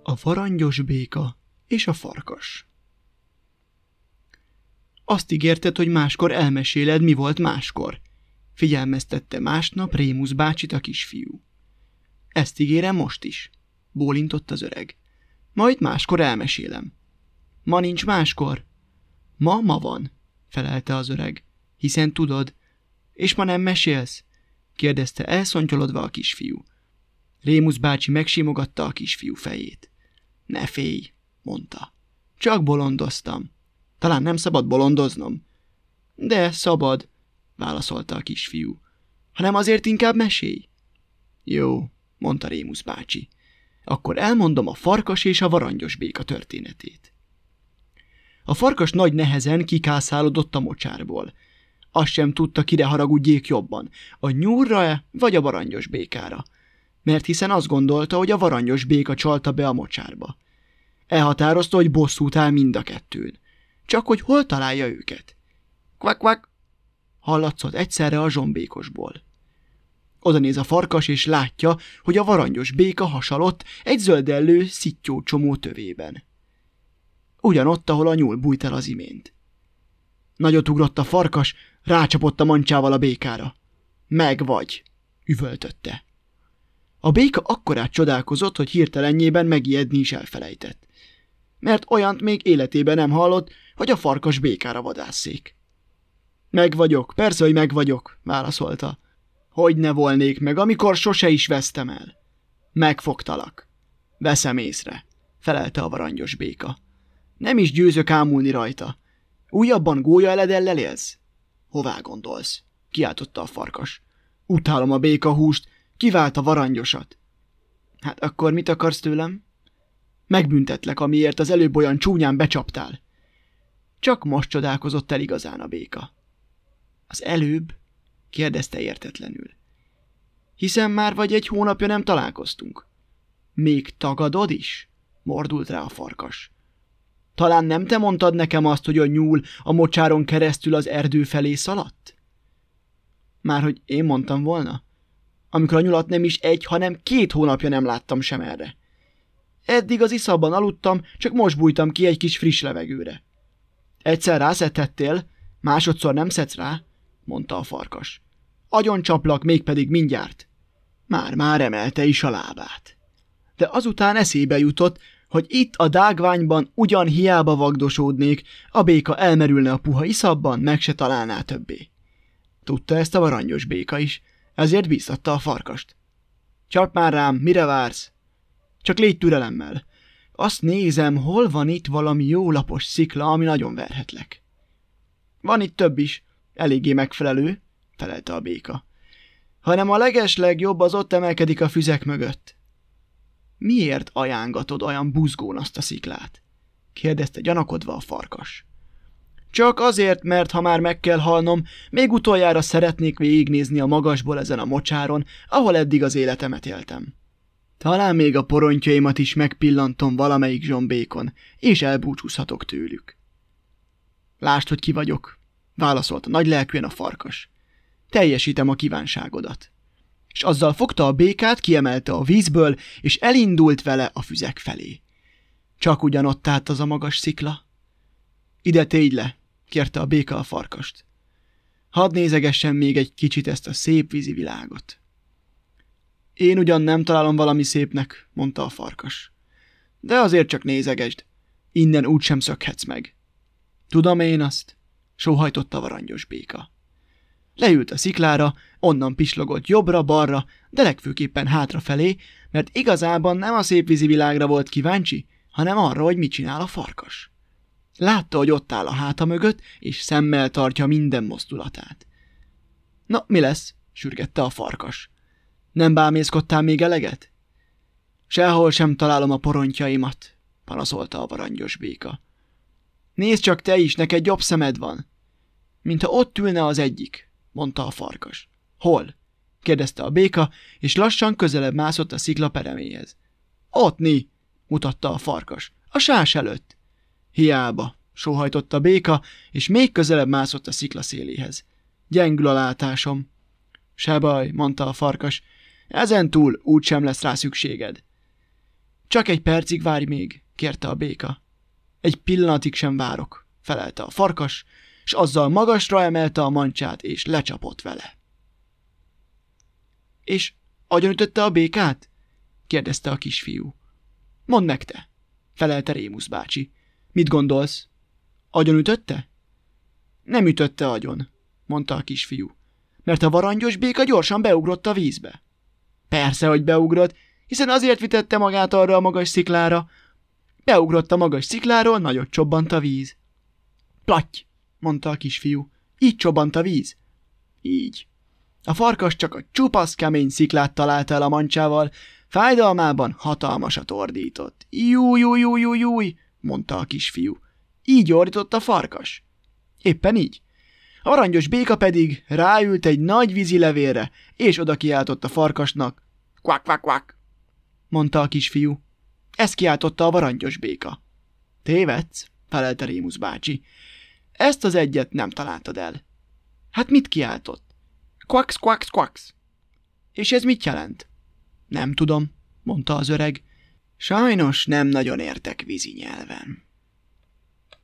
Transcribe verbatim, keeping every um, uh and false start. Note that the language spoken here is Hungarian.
A varangyos béka és a farkas. Azt ígérted, hogy máskor elmeséled, mi volt máskor, figyelmeztette másnap Rémusz bácsit a kisfiú. Ezt ígérem most is, bólintott az öreg. Majd máskor elmesélem. Ma nincs máskor? Ma, ma van, felelte az öreg. Hiszen tudod. És ma nem mesélsz? Kérdezte elszontyolodva a kisfiú. Rémusz bácsi megsimogatta a kisfiú fejét. Ne félj, mondta. Csak bolondoztam. Talán nem szabad bolondoznom? De szabad, válaszolta a kisfiú. Hanem azért inkább mesélj. Jó, mondta Rémusz bácsi. Akkor elmondom a farkas és a varangyos béka történetét. A farkas nagy nehezen kikászálodott a mocsárból. Azt sem tudta, kire haragudjék jobban, a nyúlra-e vagy a varangyos békára, mert hiszen azt gondolta, hogy a varangyos béka csalta be a mocsárba. Elhatározta, hogy bosszút áll mind a kettőn, csak hogy hol találja őket. Kvak-kvak! Hallatszott egyszerre a zsombékosból. Oda néz a farkas, és látja, hogy a varangyos béka hasalott egy zöldellő szittyó csomó tövében. Ugyanott, ahol a nyúl bújt el az imént. Nagyot ugrott a farkas, rácsapott a mancsával a békára. Meg vagy, üvöltötte. A béka akkorát csodálkozott, hogy hirtelenjében megijedni is elfelejtett. Mert olyant még életében nem hallott, hogy a farkas békára vadásszék. Meg vagyok, persze, hogy meg vagyok, válaszolta. Hogy ne volnék meg, amikor sose is vesztem el. Megfogtalak. Veszem észre, felelte a varangyos béka. Nem is győzök ámulni rajta. Újabban gólyaeledellel élsz? Hová gondolsz? Kiáltotta a farkas. Utálom a békahúst, kivált a varangyosat. Hát akkor mit akarsz tőlem? Megbüntetlek, amiért az előbb olyan csúnyán becsaptál. Csak most csodálkozott el igazán a béka. Az előbb? Kérdezte értetlenül. Hiszen már vagy egy hónapja nem találkoztunk. Még tagadod is? Mordult rá a farkas. Talán nem te mondtad nekem azt, hogy a nyúl a mocsáron keresztül az erdő felé szaladt? Márhogy én mondtam volna? Amikor a nyulat nem is egy, hanem két hónapja nem láttam sem erre. Eddig az iszapban aludtam, csak most bújtam ki egy kis friss levegőre. Egyszer rászettettél, másodszor nem szedsz rá, mondta a farkas. Agyon csaplak, mégpedig mindjárt. Már-már emelte is a lábát. De azután eszébe jutott, hogy itt a dágványban ugyan hiába vagdosódnék, a béka elmerülne a puha iszapban, meg se találná többé. Tudta ezt a varangyos béka is, ezért bíztatta a farkast. Csap már rám, mire vársz? Csak légy türelemmel. Azt nézem, hol van itt valami jó lapos szikla, ami nagyon verhetlek. Van itt több is, eléggé megfelelő, felelte a béka. Hanem a legeslegjobb az ott emelkedik a füzek mögött. Miért ajángatod olyan buzgón azt a sziklát? Kérdezte gyanakodva a farkas. Csak azért, mert ha már meg kell halnom, még utoljára szeretnék végignézni a magasból ezen a mocsáron, ahol eddig az életemet éltem. Talán még a porontjaimat is megpillantom valamelyik zsombékon, és elbúcsúzhatok tőlük. Lásd, hogy ki vagyok, válaszolta nagylelkűen a farkas. Teljesítem a kívánságodat. És azzal fogta a békát, kiemelte a vízből, és elindult vele a füzek felé. Csak ugyanott állt az a magas szikla. Ide tégy le, kérte a béka a farkast. Hadd nézegessen még egy kicsit ezt a szép vízi világot. Én ugyan nem találom valami szépnek, mondta a farkas. De azért csak nézegesd, innen úgysem szökhetsz meg. Tudom én azt, sóhajtotta a varangyos béka. Leült a sziklára, onnan pislogott jobbra-balra, de legfőképpen hátrafelé, mert igazában nem a szép vízi világra volt kíváncsi, hanem arra, hogy mit csinál a farkas. Látta, hogy ott áll a háta mögött, és szemmel tartja minden mozdulatát. Na, mi lesz? Sürgette a farkas. Nem bámészkodtál még eleget? Sehol sem találom a porontjaimat, panaszolta a varangyos béka. Nézd csak te is, neked jobb szemed van. Mintha ott ülne az egyik, mondta a farkas. Hol? Kérdezte a béka, és lassan közelebb mászott a szikla pereméhez. Ott ni, mutatta a farkas, a sás előtt. Hiába, sóhajtott a béka, és még közelebb mászott a szikla széléhez. Gyengül a látásom. Se baj, mondta a farkas, ezentúl úgysem lesz rá szükséged. Csak egy percig várj még, kérte a béka. Egy pillanatig sem várok, felelte a farkas, s azzal magasra emelte a mancsát, és lecsapott vele. És agyonütötte a békát? kérdezte a kisfiú. Mondd meg te, felelte Rémusz bácsi. Mit gondolsz? Agyonütötte? Nem ütötte agyon, mondta a kisfiú, mert a varangyos béka gyorsan beugrott a vízbe. Persze, hogy beugrott, hiszen azért vitette magát arra a magas sziklára. Beugrott a magas szikláról, nagyot csobbant a víz. Platty, mondta a kisfiú, így csobbant a víz. Így. A farkas csak a csupasz kemény sziklát találta el a mancsával, fájdalmában hatalmasat ordított. Júj, júj, júj, júj, júj, mondta a kisfiú. Így ordított a farkas. Éppen így. A varangyos béka pedig ráült egy nagy vízilevélre, és oda kiáltott a farkasnak. Kvak, kvak, kvak, mondta a kisfiú. Ezt kiáltotta a varangyos béka. Tévedsz, felelte Rémusz bácsi. Ezt az egyet nem találtad el. Hát mit kiáltott? Quacks, quacks, quacks. És ez mit jelent? Nem tudom, mondta az öreg. Sajnos nem nagyon értek vízi nyelven.